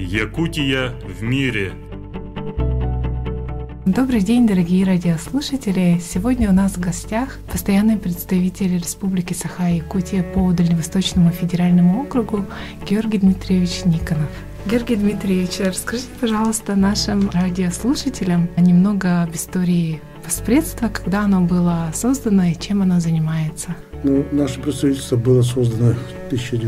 Якутия в мире. Добрый день, дорогие радиослушатели! Сегодня у нас в гостях постоянный представитель Республики Саха-Якутия по Дальневосточному федеральному округу Георгий Дмитриевич Никонов. Георгий Дмитриевич, расскажите, пожалуйста, нашим радиослушателям немного об истории Воспредства, когда оно было создано и чем оно занимается. Наше представительство было создано в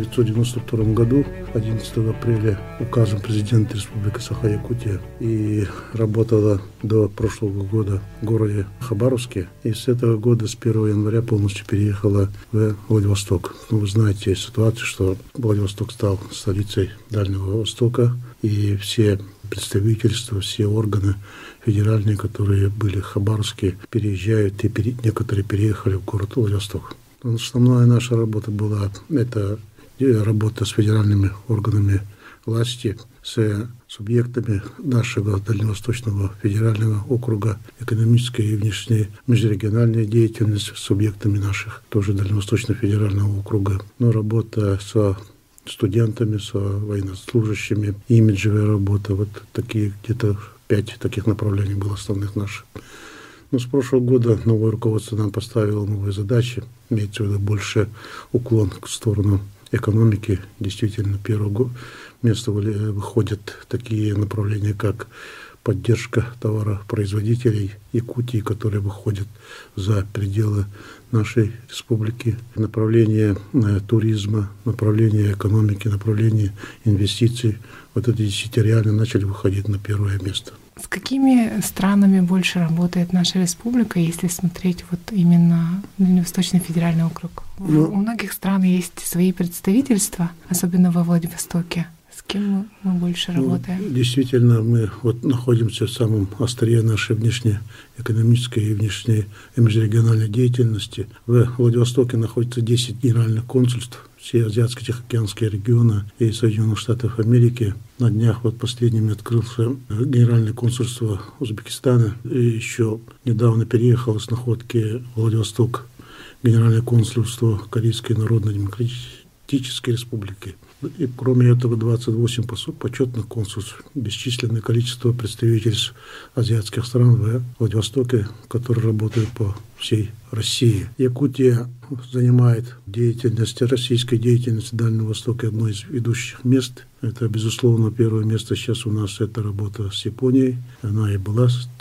1992 году, 11 апреля, указом президента Республики Саха-Якутия, и работало до прошлого года в городе Хабаровске. И с этого года, с 1 января, полностью переехала в Владивосток. Вы знаете ситуацию, что Владивосток стал столицей Дальнего Востока, и все представительства, все органы федеральные, которые были хабаровские, переезжают, и некоторые переехали в город Владивосток. Основная наша работа была это работа с федеральными органами власти, с субъектами нашего Дальневосточного федерального округа, экономическая и внешняя межрегиональная деятельность с субъектами наших тоже Дальневосточного федерального округа, но работа со студентами, со военнослужащими, имиджевая работа, вот такие где-то 5 таких направлений было основных наших. Но с прошлого года новое руководство нам поставило новые задачи, имеется в виду больше уклон в сторону экономики. Действительно, первое место выходят такие направления, как поддержка товаропроизводителей Якутии, которые выходят за пределы нашей республики, направление туризма, направление экономики, направление инвестиций. Вот эти действительно реально начали выходить на первое место. С какими странами больше работает наша республика, если смотреть вот именно Дальневосточный федеральный округ? У многих стран есть свои представительства, особенно во Владивостоке. С кем мы больше работаем? Действительно, мы вот находимся в самом острие нашей внешнеэкономической и внешней межрегиональной деятельности. В Владивостоке находится 10 генеральных консульств, все азиатско-тихоокеанские регионы и Соединенных Штатов Америки. На днях вот последними открылся генеральное консульство Узбекистана. И еще недавно переехало с находки в Владивосток генеральное консульство Корейской Народно-Демократической Республики. И кроме этого 28 почетных консульств, бесчисленное количество представительств азиатских стран в Владивостоке, которые работают по всей России. Якутия занимает российской деятельности Дальнего Востока одно из ведущих мест. Это, безусловно, первое место сейчас у нас это работа с Японией. Она и была с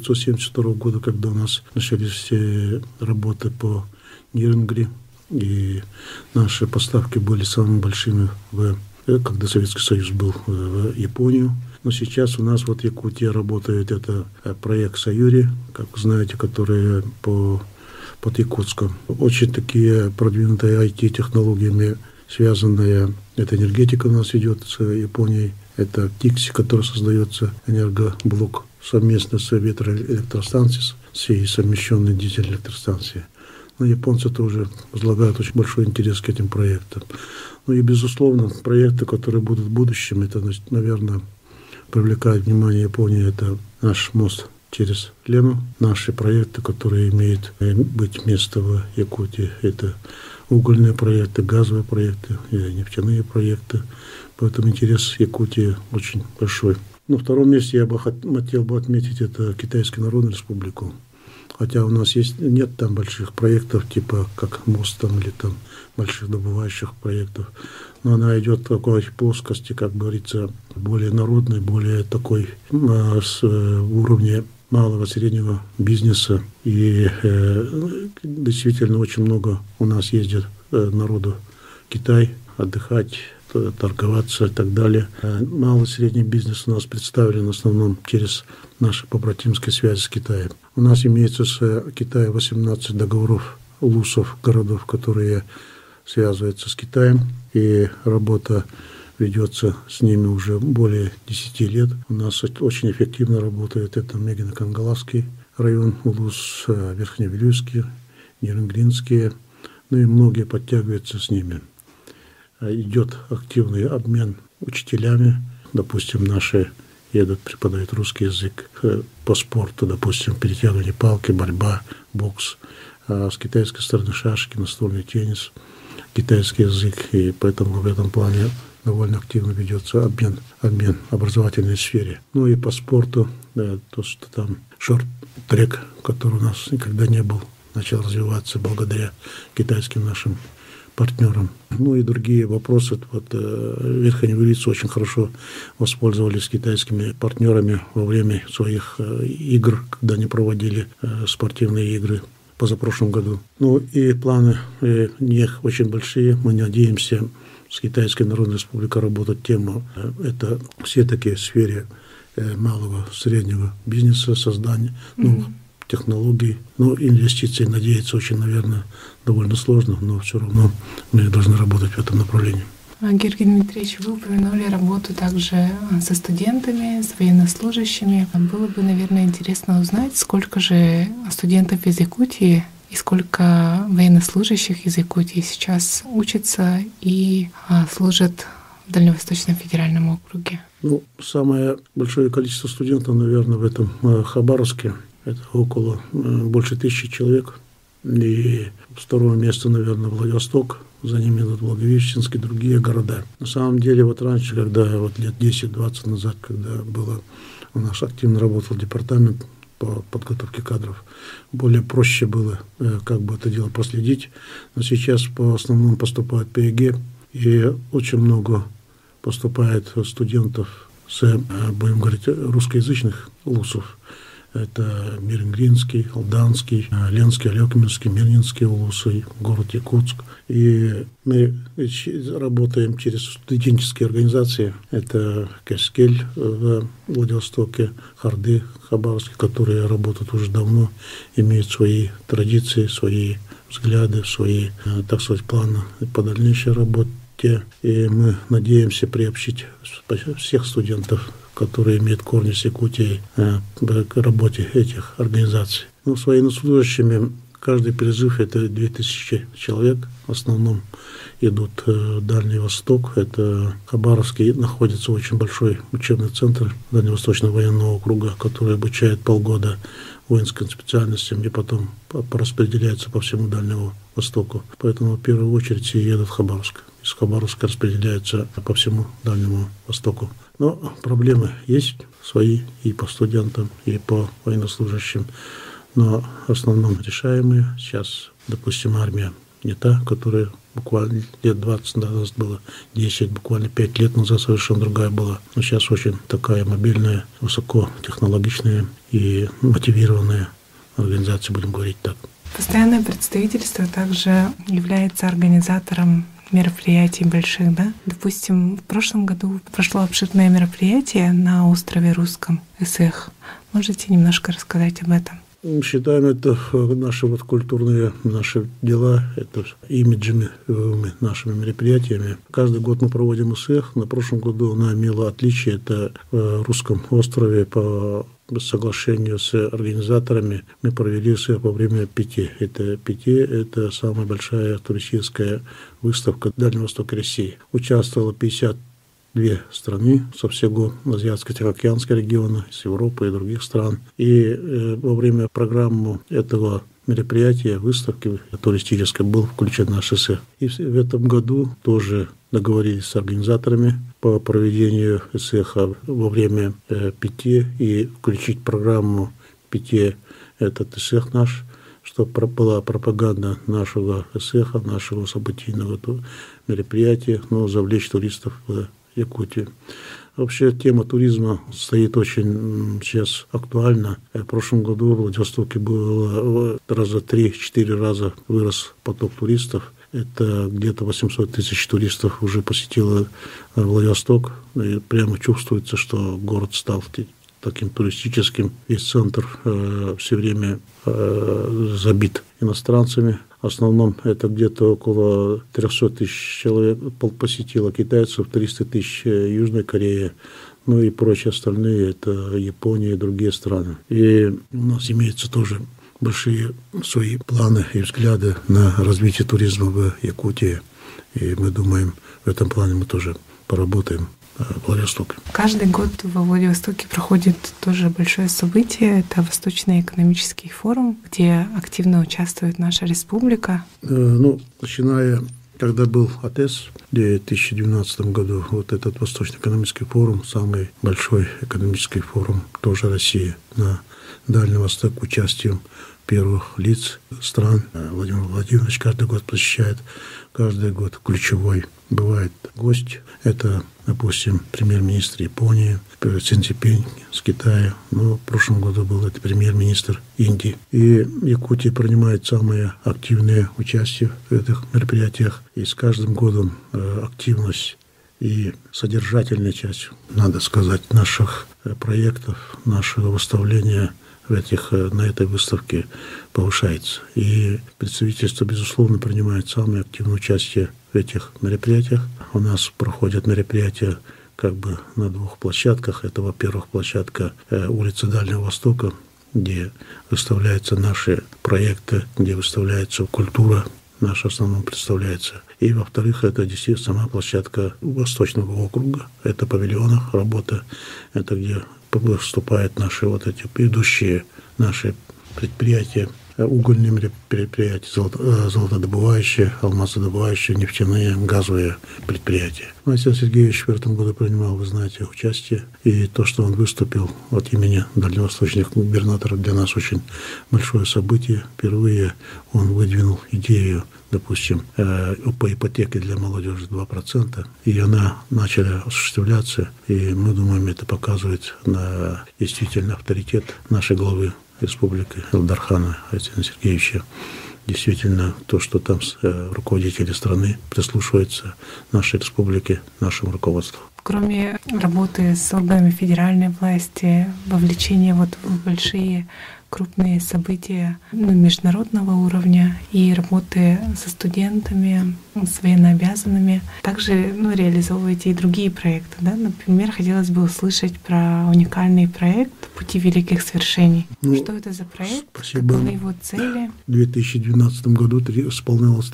1972 года, когда у нас начались все работы по Нирингри. И наши поставки были самыми большими, когда Советский Союз был в Японию. Но сейчас у нас вот в Якутии работает это проект «Саюри», как вы знаете, который под Якутском. Очень такие продвинутые IT-технологиями связанная, это энергетика у нас идет с Японией, это ТИКСИ, который создается, энергоблок совместно с ветроэлектростанцией, с совмещенной дизель-электростанцией. Но японцы тоже возлагают очень большой интерес к этим проектам. Ну и, безусловно, проекты, которые будут в будущем, это, наверное, привлекает внимание Японии, это наш мост через Лену. Наши проекты, которые имеют быть место в Якутии, это угольные проекты, газовые проекты, нефтяные проекты. Поэтому интерес Якутии очень большой. На втором месте я бы хотел бы отметить это Китайскую Народную Республику. Хотя у нас нет там больших проектов, типа как мост там, или там больших добывающих проектов. Но она идет в такой плоскости, как говорится, более народной, более такой с уровня малого среднего бизнеса. И действительно очень много у нас ездит народу в Китай отдыхать, торговаться и так далее. Малый и средний бизнес у нас представлен в основном через наши побратимские связи с Китаем. У нас имеется с Китаем 18 договоров ЛУСов, городов, которые связываются с Китаем, и работа ведется с ними уже более 10 лет. У нас очень эффективно работает это Мегино-Кангаласский район, ЛУС, Верхневилюйский, Нирингринские, ну и многие подтягиваются с ними. Идет активный обмен учителями. Допустим, наши едут, преподают русский язык по спорту, допустим, перетягивание палки, борьба, бокс. А с китайской стороны шашки, настольный теннис, китайский язык. И поэтому в этом плане довольно активно ведется обмен в образовательной сфере. Ну и по спорту, да, то, что там шорт-трек, который у нас никогда не был, начал развиваться благодаря китайским нашим партнерам. Ну и другие вопросы. Вот верхоневелицы очень хорошо воспользовались китайскими партнерами во время своих игр, когда они проводили спортивные игры в позапрошлом году. Ну и планы у них очень большие. Мы надеемся с Китайской Народной Республикой работать тему. Это все-таки в сфере малого, среднего бизнеса, создания новых технологий. Но инвестиции надеяться очень, наверное, довольно сложно, но все равно мы должны работать в этом направлении. Георгий Дмитриевич, вы упомянули работу также со студентами, с военнослужащими. Было бы, наверное, интересно узнать, сколько же студентов из Якутии и сколько военнослужащих из Якутии сейчас учатся и служат в Дальневосточном федеральном округе. Ну, самое большое количество студентов, наверное, в этом Хабаровске. Это около больше 1000 человек. И второе место, наверное, Владивосток. За ними идут Благовещенск и другие города. На самом деле, вот раньше, когда вот лет 10-20 назад, когда у нас активно работал департамент по подготовке кадров, более проще было как бы это дело проследить. Но сейчас по основному поступают по ЕГЭ, и очень много поступает студентов с, будем говорить, русскоязычных вузов. Это Мирингринский, Алданский, Ленский, Алекминский, Мирнинский вузы, город Якутск. И мы работаем через студенческие организации. Это Кескель в Владивостоке, Харды, Хабаровске, которые работают уже давно, имеют свои традиции, свои взгляды, свои, так сказать, планы по дальнейшей работе. И мы надеемся приобщить всех студентов, которые имеют корни с Якутией, к работе этих организаций. Ну, с военнослужащими каждый призыв – это 2000 человек. В основном идут в Дальний Восток. Это Хабаровский, находится очень большой учебный центр Дальневосточного военного округа, который обучает полгода воинским специальностям и потом распределяется по всему Дальнему Востоку. Поэтому в первую очередь все едут в Хабаровск. Из Хабаровска распределяются по всему Дальнему Востоку. Но проблемы есть свои и по студентам, и по военнослужащим. Но в основном решаемые. Сейчас, допустим, армия не та, которая буквально лет 20 назад была, 10, буквально 5 лет назад совершенно другая была. Но сейчас очень такая мобильная, высокотехнологичная и мотивированная организация, будем говорить так. Постоянное представительство также является организатором мероприятий больших, да? Допустим, в прошлом году прошло обширное мероприятие на острове Русском, СЭХ. Можете немножко рассказать об этом? Считаем это наши вот культурные наши дела, это имиджами, нашими мероприятиями. Каждый год мы проводим СЭХ. На прошлом году она имела отличие. Это в Русском острове по соглашению с организаторами мы провели СЭХ во время Пяти. Это самая большая туристическая выставка в Дальнем Востоке России. Участвовало 52 страны со всего Азиатско-Тихоокеанского региона, с Европы и других стран. И во время программы этого мероприятия, выставки туристической, был включен наш СЭХ. И в этом году тоже договорились с организаторами по проведению СЭХа во время Пяти и включить программу Пяти, этот СЭХ наш, чтобы была пропаганда нашего СЭХа, нашего событийного мероприятия, но завлечь туристов в Якутию. Вообще тема туризма стоит очень сейчас актуальна. В прошлом году в Владивостоке было раза 3-4 раза вырос поток туристов. Это где-то 800 тысяч туристов уже посетило Владивосток. И прямо чувствуется, что город стал таким туристическим. Весь центр все время забит иностранцами. В основном это где-то около 300 тысяч человек посетило китайцев, 300 тысяч Южной Кореи, ну и прочие остальные, это Япония и другие страны. И у нас имеются тоже большие свои планы и взгляды на развитие туризма в Якутии. И мы думаем, в этом плане мы тоже поработаем в Владивостоке. Каждый год во Владивостоке проходит тоже большое событие. Это Восточный экономический форум, где активно участвует наша республика. Начиная когда был АТЭС в 2012 году, вот этот Восточно-экономический форум, самый большой экономический форум тоже России на Дальнем Востоке, участием первых лиц стран. Владимир Владимирович каждый год посещает, каждый год ключевой бывает гость. Это, допустим, премьер-министр Японии, Си Цзиньпинь с Китая. Но в прошлом году был это премьер-министр Индии. И Якутия принимает самое активное участие в этих мероприятиях. И с каждым годом активность и содержательная часть, надо сказать, наших проектов, нашего выставления на этой выставке повышается. И представительство, безусловно, принимает самое активное участие в этих мероприятиях. У нас проходят мероприятия как бы на двух площадках. Это, во-первых, площадка улицы Дальнего Востока, где выставляются наши проекты, где выставляется культура наша в основном представляется. И, во-вторых, это действительно сама площадка Восточного округа. Это в павильонах работа. Это где выступают наши вот эти ведущие наши предприятия, угольные предприятия, золотодобывающие, алмазодобывающие, нефтяные, газовые предприятия. Александр Сергеевич в этом году принимал, вы знаете, участие. И то, что он выступил от имени дальневосточных губернаторов, для нас очень большое событие. Впервые он выдвинул идею, допустим, по ипотеке для молодежи 2%, и она начала осуществляться, и мы думаем, это показывает на действительно авторитет нашей главы республики Элдархана Александра Сергеевича. Действительно, то, что там руководители страны прислушиваются нашей республике, нашему руководству. Кроме работы с органами федеральной власти, вовлечения в большие крупные события международного уровня и работы со студентами, с военнообязанными. Также реализовываете и другие проекты. Да? Например, хотелось бы услышать про уникальный проект «Пути великих свершений». Что это за проект? Спасибо. Каковы его цели? В 2012 году исполнялось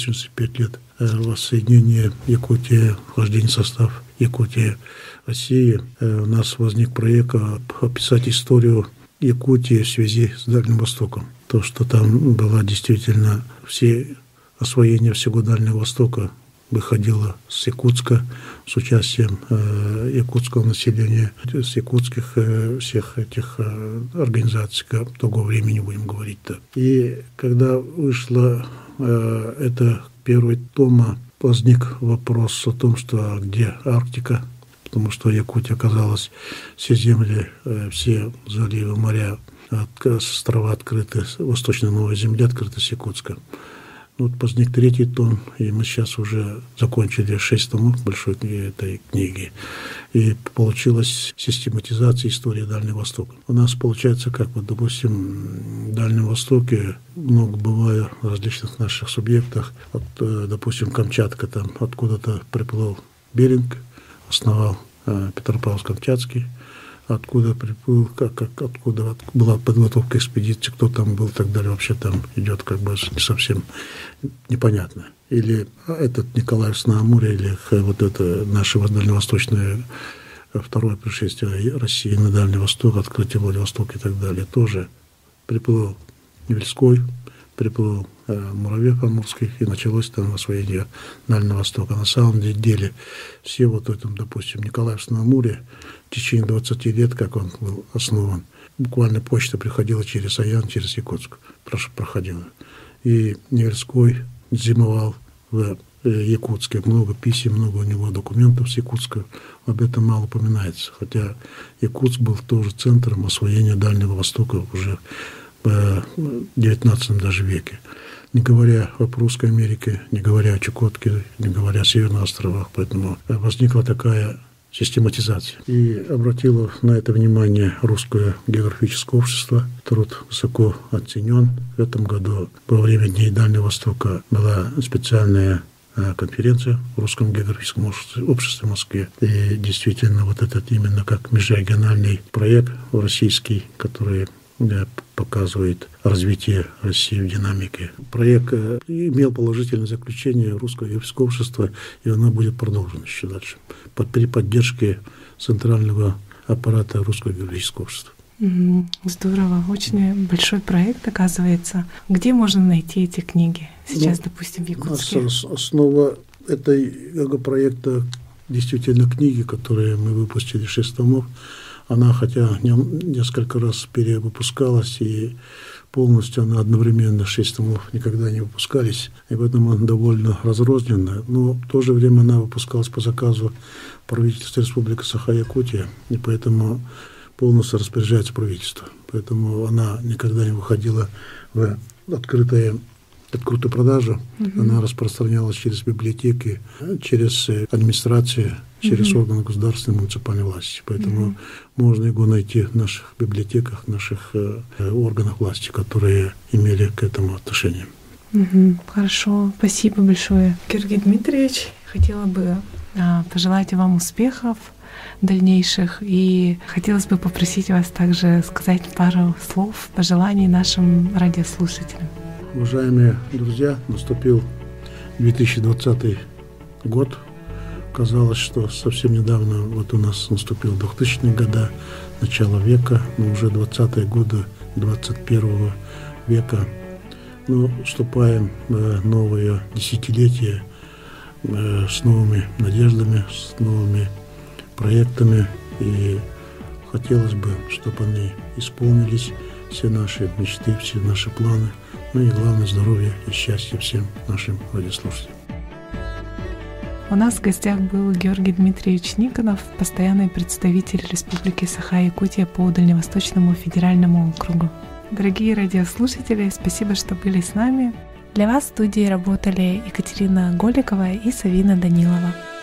385 лет воссоединения Якутии, вхождения в состав Якутии России. У нас возник проект описать историю Якутии в связи с Дальним Востоком. То, что там было действительно все освоение всего Дальнего Востока выходило с Якутска, с участием якутского населения, с якутских всех этих организаций, того времени будем говорить так. И когда вышло это первый тома, возник вопрос о том, что где Арктика, потому что Якутия оказалась, все земли, все заливы, моря, острова открыты, Восточная Новая Земля открыта с Якутска. Вот возник третий том, и мы сейчас уже закончили 6 томов большой этой книги. И получилась систематизация истории Дальнего Востока. У нас получается, как вот, допустим, в Дальнем Востоке много бывает различных наших субъектах. Вот, допустим, Камчатка, там откуда-то приплыл Беринг, основал Петропавловск-Камчатский, откуда приплыл, откуда была подготовка экспедиции, кто там был и так далее. Вообще там идет как бы не совсем непонятно. Или этот Николаевск на Амуре, или вот это наше дальневосточное второе пришествие России на Дальний Восток, открытие Владивостока и так далее. Тоже приплыл Невельской, приплыл Муравьев Амурский, и началось там освоение Дальнего Востока. На самом деле все вот этом, допустим, Николаевск на Амуре в течение 20 лет, как он был основан, буквально почта приходила через Аян, через Якутск, проходила. И Невельской зимовал в Якутске. Много писем, много у него документов с Якутска. Об этом мало упоминается. Хотя Якутск был тоже центром освоения Дальнего Востока уже в XIX даже веке. Не говоря о Прусской Америке, не говоря о Чукотке, не говоря о Северных островах. Поэтому возникла такая систематизация. И обратило на это внимание Русское географическое общество. Труд высоко оценен. В этом году во время Дней Дальнего Востока была специальная конференция в Русском географическом обществе в Москве. И действительно вот этот именно как межрегиональный проект российский, который показывает развитие России в динамике. Проект имел положительное заключение Русского географического общества, и оно будет продолжено еще дальше при поддержке центрального аппарата Русского географического общества. Здорово, очень большой проект, оказывается. Где можно найти эти книги сейчас, допустим, в Якутске? Основа этой проекта действительно книги, которые мы выпустили 6 томов. Она, хотя несколько раз перевыпускалась, и полностью она одновременно 6 томов никогда не выпускались, и поэтому она довольно разрозненная, но в то же время она выпускалась по заказу правительства Республики Саха-Якутия, и поэтому полностью распоряжается правительство. Поэтому она никогда не выходила в открытую продажу. Она распространялась через библиотеки, через администрацию, через органы государственной и муниципальной власти. Поэтому можно его найти в наших библиотеках, в наших органах власти, которые имели к этому отношение. Хорошо, спасибо большое. Георгий Дмитриевич, хотела бы пожелать вам успехов дальнейших, и хотелось бы попросить вас также сказать пару слов, пожеланий нашим радиослушателям. Уважаемые друзья, наступил 2020 год. Казалось, что совсем недавно вот у нас наступил 2000-е годы, начало века, но уже 20-е годы 21 века. Но вступаем в новое десятилетие с новыми надеждами, с новыми проектами, и хотелось бы, чтобы они исполнились, все наши мечты, все наши планы, ну и главное здоровья и счастья всем нашим радиослушателям. У нас в гостях был Георгий Дмитриевич Никонов, постоянный представитель Республики Саха-Якутия по Дальневосточному федеральному округу. Дорогие радиослушатели, спасибо, что были с нами. Для вас в студии работали Екатерина Голикова и Савина Данилова.